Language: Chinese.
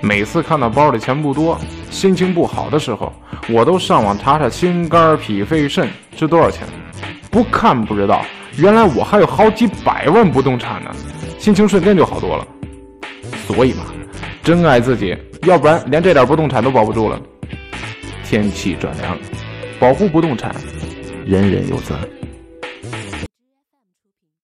每次看到包里钱不多，心情不好的时候，我都上网查查心肝脾肺肾值多少钱。不看不知道，原来我还有好几百万不动产呢，心情瞬间就好多了。所以嘛，珍爱自己，要不然连这点不动产都保不住了。天气转凉，保护不动产，人人有责。